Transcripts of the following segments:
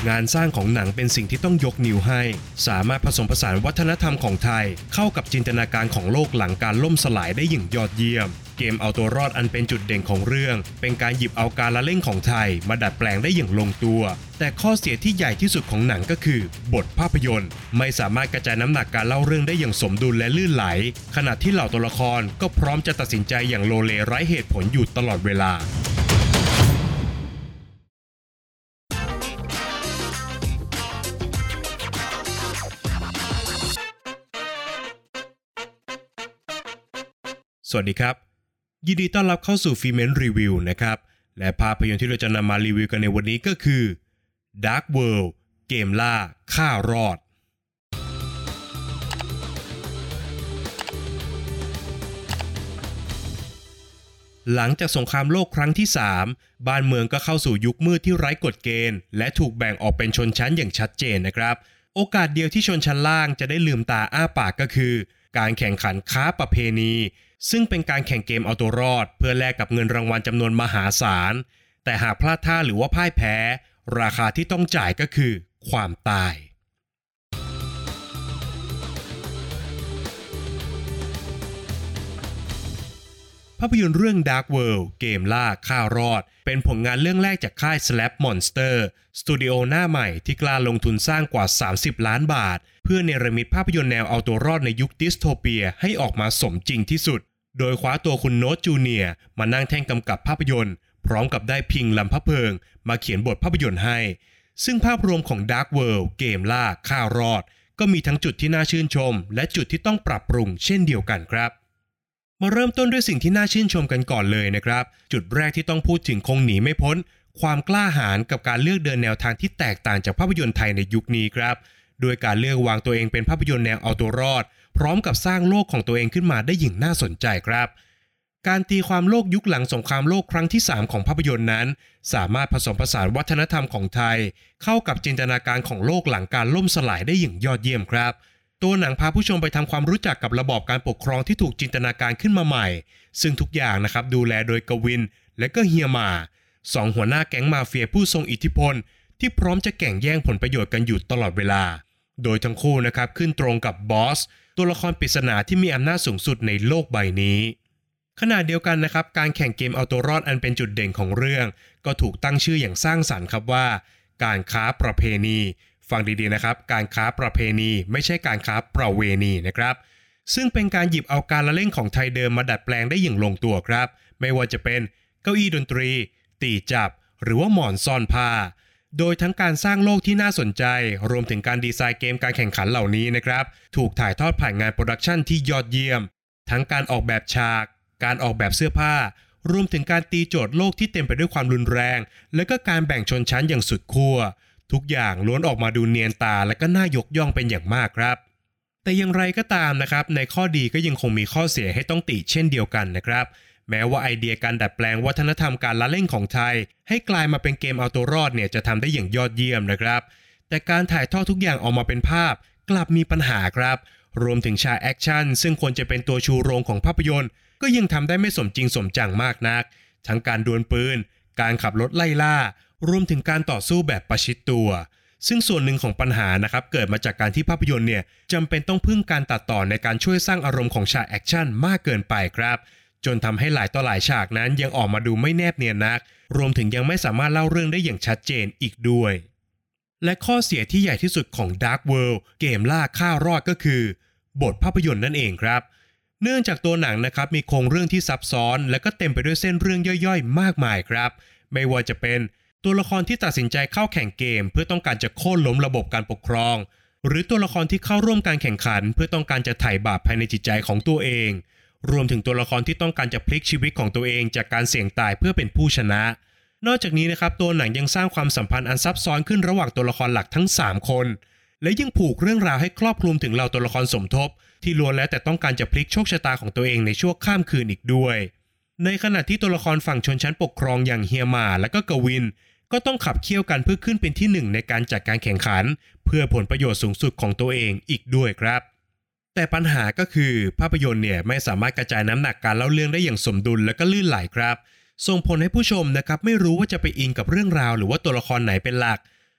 งานสร้างของหนังเป็นสิ่งที่ต้องยกนิ้วให้สามารถผสมผสานวัฒนธรรมของไทยเข้ากับจินตนาการของโลกหลังการล่มสลายได้อย่างยอดเยี่ยมเกมเอาตัวรอดอันเป็นจุดเด่นของเรื่องเป็นการหยิบเอาการละเล่นของไทยมาดัดแปลงได้อย่างลงตัวแต่ข้อเสียที่ใหญ่ที่สุดของหนังก็คือบทภาพยนตร์ไม่สามารถกระจายน้ำหนักการเล่าเรื่องได้อย่างสมดุลและลื่นไหลขณะที่เหล่าตัวละครก็พร้อมจะตัดสินใจอย่างโลเลไร้เหตุผลอยู่ตลอดเวลาสวัสดีครับยินดีต้อนรับเข้าสู่ฟีเมนต์รีวิวนะครับและภาพยนตร์ที่เราจะนำมารีวิวกันในวันนี้ก็คือ Dark World เกมล่าฆ่ารอดหลังจากสงครามโลกครั้งที่ 3 บ้านเมืองก็เข้าสู่ยุคมืดที่ไร้กฎเกณฑ์และถูกแบ่งออกเป็นชนชั้นอย่างชัดเจนนะครับโอกาสเดียวที่ชนชั้นล่างจะได้ลืมตาอ้าปากก็คือการแข่งขันค้าประเพณีซึ่งเป็นการแข่งเกมเอาตัวรอดเพื่อแลกกับเงินรางวัลจำนวนมหาศาลแต่หากพลาดท่าหรือว่าพ่ายแพ้ราคาที่ต้องจ่ายก็คือความตายภาพยนตร์เรื่อง Dark World เกมล่าฆ่ารอดเป็นผลงานเรื่องแรกจากค่าย Slap Monster สตูดิโอหน้าใหม่ที่กล้าลงทุนสร้างกว่า30ล้านบาทเพื่อเนรมิตภาพยนตร์แนวเอาตัวรอดในยุคดิสโทเปียให้ออกมาสมจริงที่สุดโดยคว้าตัวคุณโน้ตจูเนียร์มานั่งแท่นกำกับภาพยนตร์พร้อมกับได้พิงลำพะเพิงมาเขียนบทภาพยนตร์ให้ซึ่งภาพรวมของ Dark World เกมล่าฆ่ารอดก็มีทั้งจุดที่น่าชื่นชมและจุดที่ต้องปรับปรุงเช่นเดียวกันครับมาเริ่มต้นด้วยสิ่งที่น่าชื่นชมกันก่อนเลยนะครับจุดแรกที่ต้องพูดถึงคงหนีไม่พ้นความกล้าหาญกับการเลือกเดินแนวทางที่แตกต่างจากภาพยนตร์ไทยในยุคนี้ครับโดยการเลือกวางตัวเองเป็นภาพยนตร์แนวเอาตัวรอดพร้อมกับสร้างโลกของตัวเองขึ้นมาได้อย่างน่าสนใจครับการตีความโลกยุคหลังสงครามโลกครั้งที่ 3ของภาพยนตร์นั้นสามารถผสมผสานวัฒนธรรมของไทยเข้ากับจินตนาการของโลกหลังการล่มสลายได้อย่างยอดเยี่ยมครับตัวหนังพาผู้ชมไปทำความรู้จักกับระบอบการปกครองที่ถูกจินตนาการขึ้นมาใหม่ซึ่งทุกอย่างนะครับดูแลโดยกวินและก็เฮียหม่าสองหัวหน้าแก๊งมาเฟียผู้ทรงอิทธิพลที่พร้อมจะแข่งแย่งผลประโยชน์กันอยู่ตลอดเวลาโดยทั้งคู่นะครับขึ้นตรงกับบอสตัวละครปริศนาที่มีอำนาจสูงสุดในโลกใบนี้ขณะเดียวกันนะครับการแข่งเกมเอาตัวรอดอันเป็นจุดเด่นของเรื่องก็ถูกตั้งชื่ออย่างสร้างสรรค์ครับว่าการค้าประเพณีฟังดีๆนะครับการค้าประเพณีไม่ใช่การค้าประเวณีนะครับซึ่งเป็นการหยิบเอาการละเล่นของไทยเดิมมาดัดแปลงได้อย่างลงตัวครับไม่ว่าจะเป็นเก้าอี้ดนตรีตีจับหรือว่าหมอนซ่อนผ้าโดยทั้งการสร้างโลกที่น่าสนใจรวมถึงการดีไซน์เกมการแข่งขันเหล่านี้นะครับถูกถ่ายทอดผ่านงานโปรดักชันที่ยอดเยี่ยมทั้งการออกแบบฉากการออกแบบเสื้อผ้ารวมถึงการตีโจทย์โลกที่เต็มไปด้วยความรุนแรงและก็การแบ่งชนชั้นอย่างสุดขั้วทุกอย่างล้วนออกมาดูเนียนตาและก็น่ายกย่องเป็นอย่างมากครับแต่อย่างไรก็ตามนะครับในข้อดีก็ยังคงมีข้อเสียให้ต้องติเช่นเดียวกันนะครับแม้ว่าไอเดียการดัดแปลงวัฒนธรรมการละเล่นของไทยให้กลายมาเป็นเกมเอาตัวรอดเนี่ยจะทำได้อย่างยอดเยี่ยมนะครับแต่การถ่ายทอดทุกอย่างออกมาเป็นภาพกลับมีปัญหาครับรวมถึงฉากแอคชั่นซึ่งควรจะเป็นตัวชูโรงของภาพยนตร์ก็ยังทำได้ไม่สมจริงสมจังมากนักทั้งการดวลปืนการขับรถไล่ล่ารวมถึงการต่อสู้แบบประชิดตัวซึ่งส่วนหนึ่งของปัญหานะครับเกิดมาจากการที่ภาพยนตร์เนี่ยจำเป็นต้องพึ่งการตัดต่อในการช่วยสร้างอารมณ์ของฉากแอคชั่นมากเกินไปครับจนทำให้หลายต่อหลายฉากนั้นยังออกมาดูไม่แนบเนียนนักรวมถึงยังไม่สามารถเล่าเรื่องได้อย่างชัดเจนอีกด้วยและข้อเสียที่ใหญ่ที่สุดของ Dark World เกมล่าฆ่ารอดก็คือบทภาพยนตร์นั่นเองครับเนื่องจากตัวหนังนะครับมีโครงเรื่องที่ซับซ้อนและก็เต็มไปด้วยเส้นเรื่องย่อยๆมากมายครับไม่ว่าจะเป็นตัวละครที่ตัดสินใจเข้าแข่งเกมเพื่อต้องการจะโค่นล้มระบบการปกครองหรือตัวละครที่เข้าร่วมการแข่งขันเพื่อต้องการจะไถ่บาปภายในจิตใจของตัวเองรวมถึงตัวละครที่ต้องการจะพลิกชีวิตของตัวเองจากการเสี่ยงตายเพื่อเป็นผู้ชนะนอกจากนี้นะครับตัวหนังยังสร้างความสัมพันธ์อันซับซ้อนขึ้นระหว่างตัวละครหลักทั้ง3คนและยังผูกเรื่องราวให้ครอบคลุมถึงเหล่าตัวละครสมทบที่ล้วนแล้วแต่ต้องการจะพลิกโชคชะตาของตัวเองในชั่วข้ามคืนอีกด้วยในขณะที่ตัวละครฝั่งชนชั้นปกครองอย่างเฮียหม่าและก็กวินก็ต้องขับเคี่ยวกันเพื่อขึ้นเป็นที่1ในการจัดการแข่งขันเพื่อผลประโยชน์สูงสุดของตัวเองอีกด้วยครับแต่ปัญหาก็คือภาพยนตร์เนี่ยไม่สามารถกระจายน้ำหนักการเล่าเรื่องได้อย่างสมดุลและก็ลื่นไหลครับส่งผลให้ผู้ชมนะครับไม่รู้ว่าจะไปอินกับเรื่องราวหรือว่าตัวละครไหนเป็นหลัก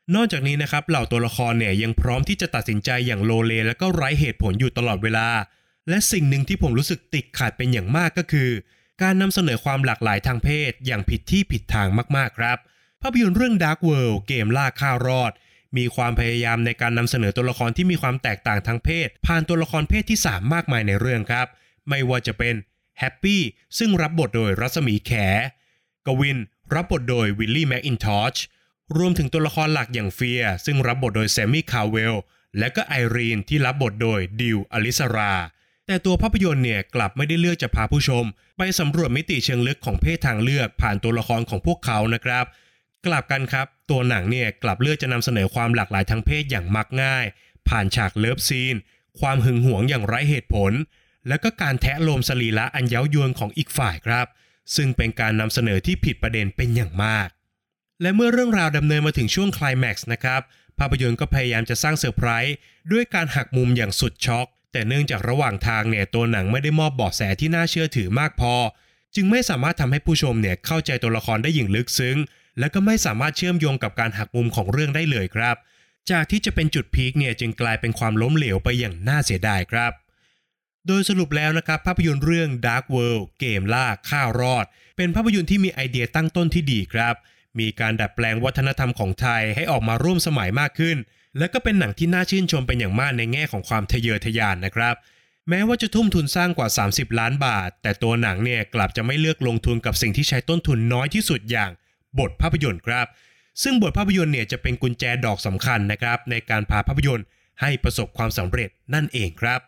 นอกจากนี้นะครับเหล่าตัวละครเนี่ยยังพร้อมที่จะตัดสินใจอย่างโลเลและก็ไร้เหตุผลอยู่ตลอดเวลาและสิ่งหนึ่งที่ผมรู้สึกติดขัดเป็นอย่างมากก็คือการนำเสนอความหลากหลายทางเพศอย่างผิดที่ผิดทางมากๆครับภาพยนตร์เรื่อง Dark World เกมล่าข้าวรอดมีความพยายามในการนำเสนอตัวละครที่มีความแตกต่างทางเพศผ่านตัวละครเพศที่3มากมายในเรื่องครับไม่ว่าจะเป็นแฮปปี้ซึ่งรับบทโดยรัศมีแขกวินรับบทโดยวิลลี่แมคอินทอชรวมถึงตัวละครหลักอย่างเฟียร์ซึ่งรับบทโดยแซมมี่คาร์เวลและก็ไอรีนที่รับบทโดยดิวอลิสราแต่ตัวภาพยนตร์เนี่ยกลับไม่ได้เลือกจะพาผู้ชมไปสำรวจมิติเชิงลึกของเพศทางเลือกผ่านตัวละครของพวกเขานะครับกลับกันครับตัวหนังเนี่ยกลับเลือกจะนำเสนอความหลากหลายทางเพศอย่างมักง่ายผ่านฉากเลิฟซีนความหึงหวงอย่างไร้เหตุผลและก็การแทะโลมสรีระอันเย้ายวนของอีกฝ่ายครับซึ่งเป็นการนำเสนอที่ผิดประเด็นเป็นอย่างมากและเมื่อเรื่องราวดำเนินมาถึงช่วงไคลแม็กซ์นะครับภาพยนตร์ก็พยายามจะสร้างเซอร์ไพรส์ด้วยการหักมุมอย่างสุดช็อกแต่เนื่องจากระหว่างทางเนี่ยตัวหนังไม่ได้มอบเบาะแสที่น่าเชื่อถือมากพอจึงไม่สามารถทำให้ผู้ชมเนี่ยเข้าใจตัวละครได้อย่างลึกซึ้งและก็ไม่สามารถเชื่อมโยงกับการหักมุมของเรื่องได้เลยครับจากที่จะเป็นจุดพีคเนี่ยจึงกลายเป็นความล้มเหลวไปอย่างน่าเสียดายครับโดยสรุปแล้วนะครับภาพยนตร์เรื่อง Dark World เกมล่าข้าวรอดเป็นภาพยนตร์ที่มีไอเดียตั้งต้นที่ดีครับมีการดัดแปลงวัฒนธรรมของไทยให้ออกมาร่วมสมัยมากขึ้นและก็เป็นหนังที่น่าชื่นชมเป็นอย่างมากในแง่ของความทะเยอทะยานนะครับแม้ว่าจะทุ่มทุนสร้างกว่า30ล้านบาทแต่ตัวหนังเนี่ยกลับจะไม่เลือกลงทุนกับสิ่งที่ใช้ต้นทุนน้อยที่สุดอย่างบทภาพยนตร์ครับซึ่งบทภาพยนตร์เนี่ยจะเป็นกุญแจดอกสำคัญนะครับในการพาภาพยนตร์ให้ประสบความสำเร็จนั่นเองครับ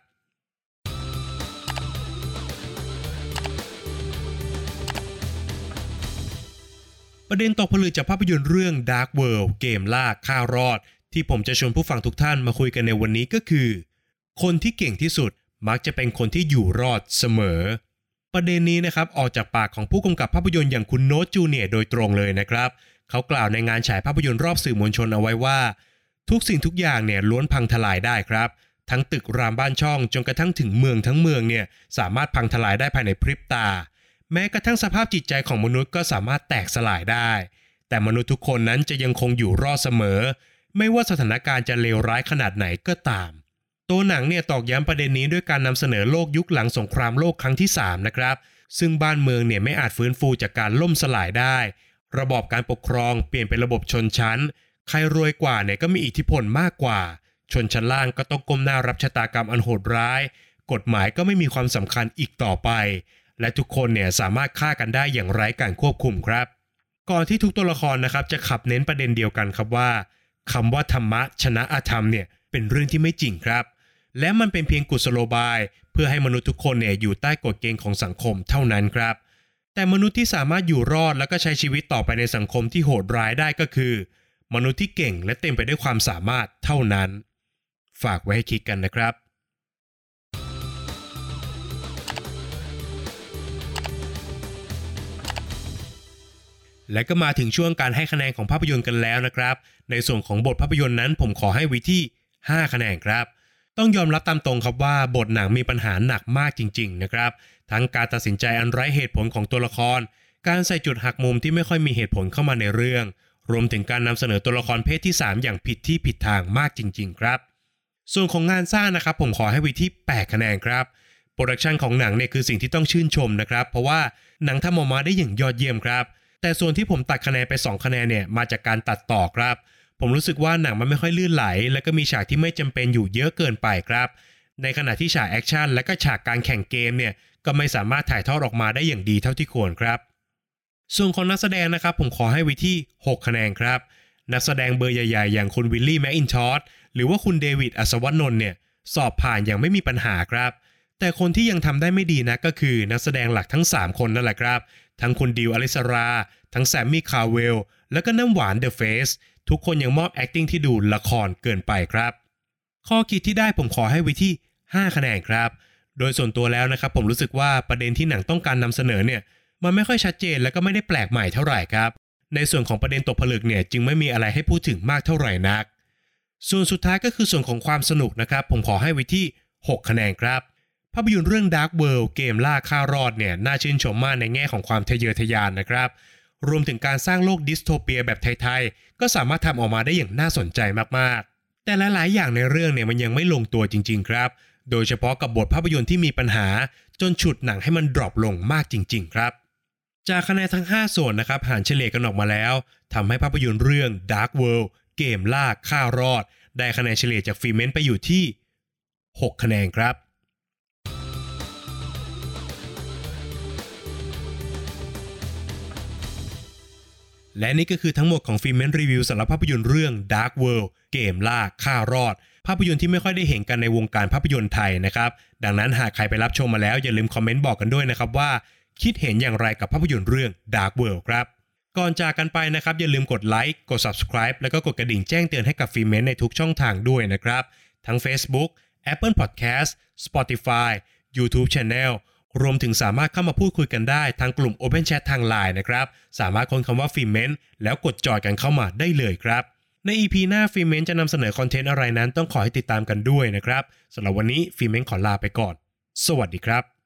ประเด็นตกผลึกจากภาพยนตร์เรื่อง Dark World เกมล่าข้าวรอดที่ผมจะชวนผู้ฟังทุกท่านมาคุยกันในวันนี้ก็คือคนที่เก่งที่สุดมักจะเป็นคนที่อยู่รอดเสมอประเด็นนี้นะครับออกจากปากของผู้กำกับภาพยนตร์อย่างคุณโน้ตจูเนียร์โดยตรงเลยนะครับเขากล่าวในงานฉายภาพยนตร์รอบสื่อมวลชนเอาไว้ว่าทุกสิ่งทุกอย่างเนี่ยล้วนพังทลายได้ครับทั้งตึกรามบ้านช่องจนกระทั่งถึงเมืองทั้งเมืองเนี่ยสามารถพังทลายได้ภายในพริบตาแม้กระทั่งสภาพจิตใจของมนุษย์ก็สามารถแตกสลายได้แต่มนุษย์ทุกคนนั้นจะยังคงอยู่รอดเสมอไม่ว่าสถานการณ์จะเลวร้ายขนาดไหนก็ตามตัวหนังเนี่ยตอกย้ำประเด็นนี้ด้วยการนำเสนอโลกยุคหลังสงครามโลกครั้งที่3นะครับซึ่งบ้านเมืองเนี่ยไม่อาจฟื้นฟูจากการล่มสลายได้ระบอบการปกครองเปลี่ยนเป็นระบบชนชั้นใครรวยกว่าเนี่ยก็มีอิทธิพลมากกว่าชนชั้นล่างก็ต้องก้มหน้ารับชะตากรรมอันโหดร้ายกฎหมายก็ไม่มีความสำคัญอีกต่อไปและทุกคนเนี่ยสามารถฆ่ากันได้อย่างไร้การควบคุมครับก่อนที่ทุกตัวละครนะครับจะขับเน้นประเด็นเดียวกันครับว่าคำว่าธรรมะชนะอธรรมเนี่ยเป็นเรื่องที่ไม่จริงครับและมันเป็นเพียงกุศโลบายเพื่อให้มนุษย์ทุกคนเนี่ยอยู่ใต้กฎเกณฑ์ของสังคมเท่านั้นครับแต่มนุษย์ที่สามารถอยู่รอดแล้วก็ใช้ชีวิตต่อไปในสังคมที่โหดร้ายได้ก็คือมนุษย์ที่เก่งและเต็มไปด้วยความสามารถเท่านั้นฝากไว้ให้คิดกันนะครับและก็มาถึงช่วงการให้คะแนนของภาพยนตร์กันแล้วนะครับในส่วนของบทภาพยนตร์นั้นผมขอให้ไว้ที่5คะแนนครับต้องยอมรับตามตรงครับว่าบทหนังมีปัญหาหนักมากจริงๆนะครับทั้งการตัดสินใจอันไร้เหตุผลของตัวละครการใส่จุดหักมุมที่ไม่ค่อยมีเหตุผลเข้ามาในเรื่องรวมถึงการนำเสนอตัวละครเพศที่3อย่างผิดที่ผิดทางมากจริงๆครับส่วนของงานสร้างนะครับผมขอให้ไว้ที่8คะแนนครับโปรดักชันของหนังเนี่ยคือสิ่งที่ต้องชื่นชมนะครับเพราะว่าหนังทำออกมาได้อย่างยอดเยี่ยมครับแต่ส่วนที่ผมตัดคะแนนไป2คะแนนเนี่ยมาจากการตัดต่อครับผมรู้สึกว่าหนังมันไม่ค่อยลื่นไหลและก็มีฉากที่ไม่จำเป็นอยู่เยอะเกินไปครับในขณะที่ฉากแอคชั่นและก็ฉากการแข่งเกมเนี่ยก็ไม่สามารถถ่ายทอดออกมาได้อย่างดีเท่าที่ควรครับส่วนของนักแสดงนะครับผมขอให้ไว้ที่6คะแนนครับนักแสดงเบอร์ใหญ่ๆอย่างคุณวิลลี่แมคอินทอชหรือว่าคุณเดวิดอัศวนนท์เนี่ยสอบผ่านอย่างไม่มีปัญหาครับแต่คนที่ยังทำได้ไม่ดีนะก็คือนักแสดงหลักทั้ง3คนนั่นแหละครับทั้งคุณดิวอลิสราทั้งแซมมี่คาร์เวลและก็น้ำหวานเดอะเฟสทุกคนยังมอบ acting ที่ดูละครเกินไปครับข้อคิดที่ได้ผมขอให้ไว้ที่5คะแนนครับโดยส่วนตัวแล้วนะครับผมรู้สึกว่าประเด็นที่หนังต้องการนำเสนอเนี่ยมันไม่ค่อยชัดเจนและก็ไม่ได้แปลกใหม่เท่าไหร่ครับในส่วนของประเด็นตกผลึกเนี่ยจึงไม่มีอะไรให้พูดถึงมากเท่าไหร่นักส่วนสุดท้ายก็คือส่วนของความสนุกนะครับผมขอให้ไว้ที่6คะแนนครับภาพยนตร์เรื่อง Dark World เกมล่าข้ารอดเนี่ยน่าชื่นชมมากในแง่ของความทะเยอทะยานนะครับรวมถึงการสร้างโลกดิสโทเปียแบบไทยๆก็สามารถทำออกมาได้อย่างน่าสนใจมากๆแต่หลายๆอย่างในเรื่องเนี่ยมันยังไม่ลงตัวจริงๆครับโดยเฉพาะกับบทภาพยนตร์ที่มีปัญหาจนฉุดหนังให้มันดรอปลงมากจริงๆครับจากคะแนนทั้ง5ส่วนนะครับหารเฉลี่ยกันออกมาแล้วทำให้ภาพยนตร์เรื่อง Dark World เกมล่าฆ่ารอดได้คะแนนเฉลี่ยจากฟิเมนต์ไปอยู่ที่6คะแนนครับและนี่ก็คือทั้งหมดของฟิเมนต์รีวิวสำหรับภาพยนตร์เรื่อง Dark World เกมล่าฆ่ารอดภาพยนตร์ที่ไม่ค่อยได้เห็นกันในวงการภาพยนตร์ไทยนะครับดังนั้นหากใครไปรับชมมาแล้วอย่าลืมคอมเมนต์บอกกันด้วยนะครับว่าคิดเห็นอย่างไรกับภาพยนตร์เรื่อง Dark World ครับก่อนจากกันไปนะครับอย่าลืมกดไลค์กด Subscribe แล้วก็กดกระดิ่งแจ้งเตือนให้กับฟิเมนต์ในทุกช่องทางด้วยนะครับทั้ง Facebook Apple Podcast Spotify YouTube Channel รวมถึงสามารถเข้ามาพูดคุยกันได้ทางกลุ่ม Open Chat ทาง LINE นะครับสามารถค้นคำว่าฟิเมนต์แล้วกดจอยกันเข้ามาได้เลยครับใน EP หน้าฟิเมนต์จะนำเสนอคอนเทนต์อะไรนั้นต้องขอให้ติดตามกันด้วยนะครับสำหรับวันนี้ฟิเมนต์ขอลาไปก่อนสวัสดีครับ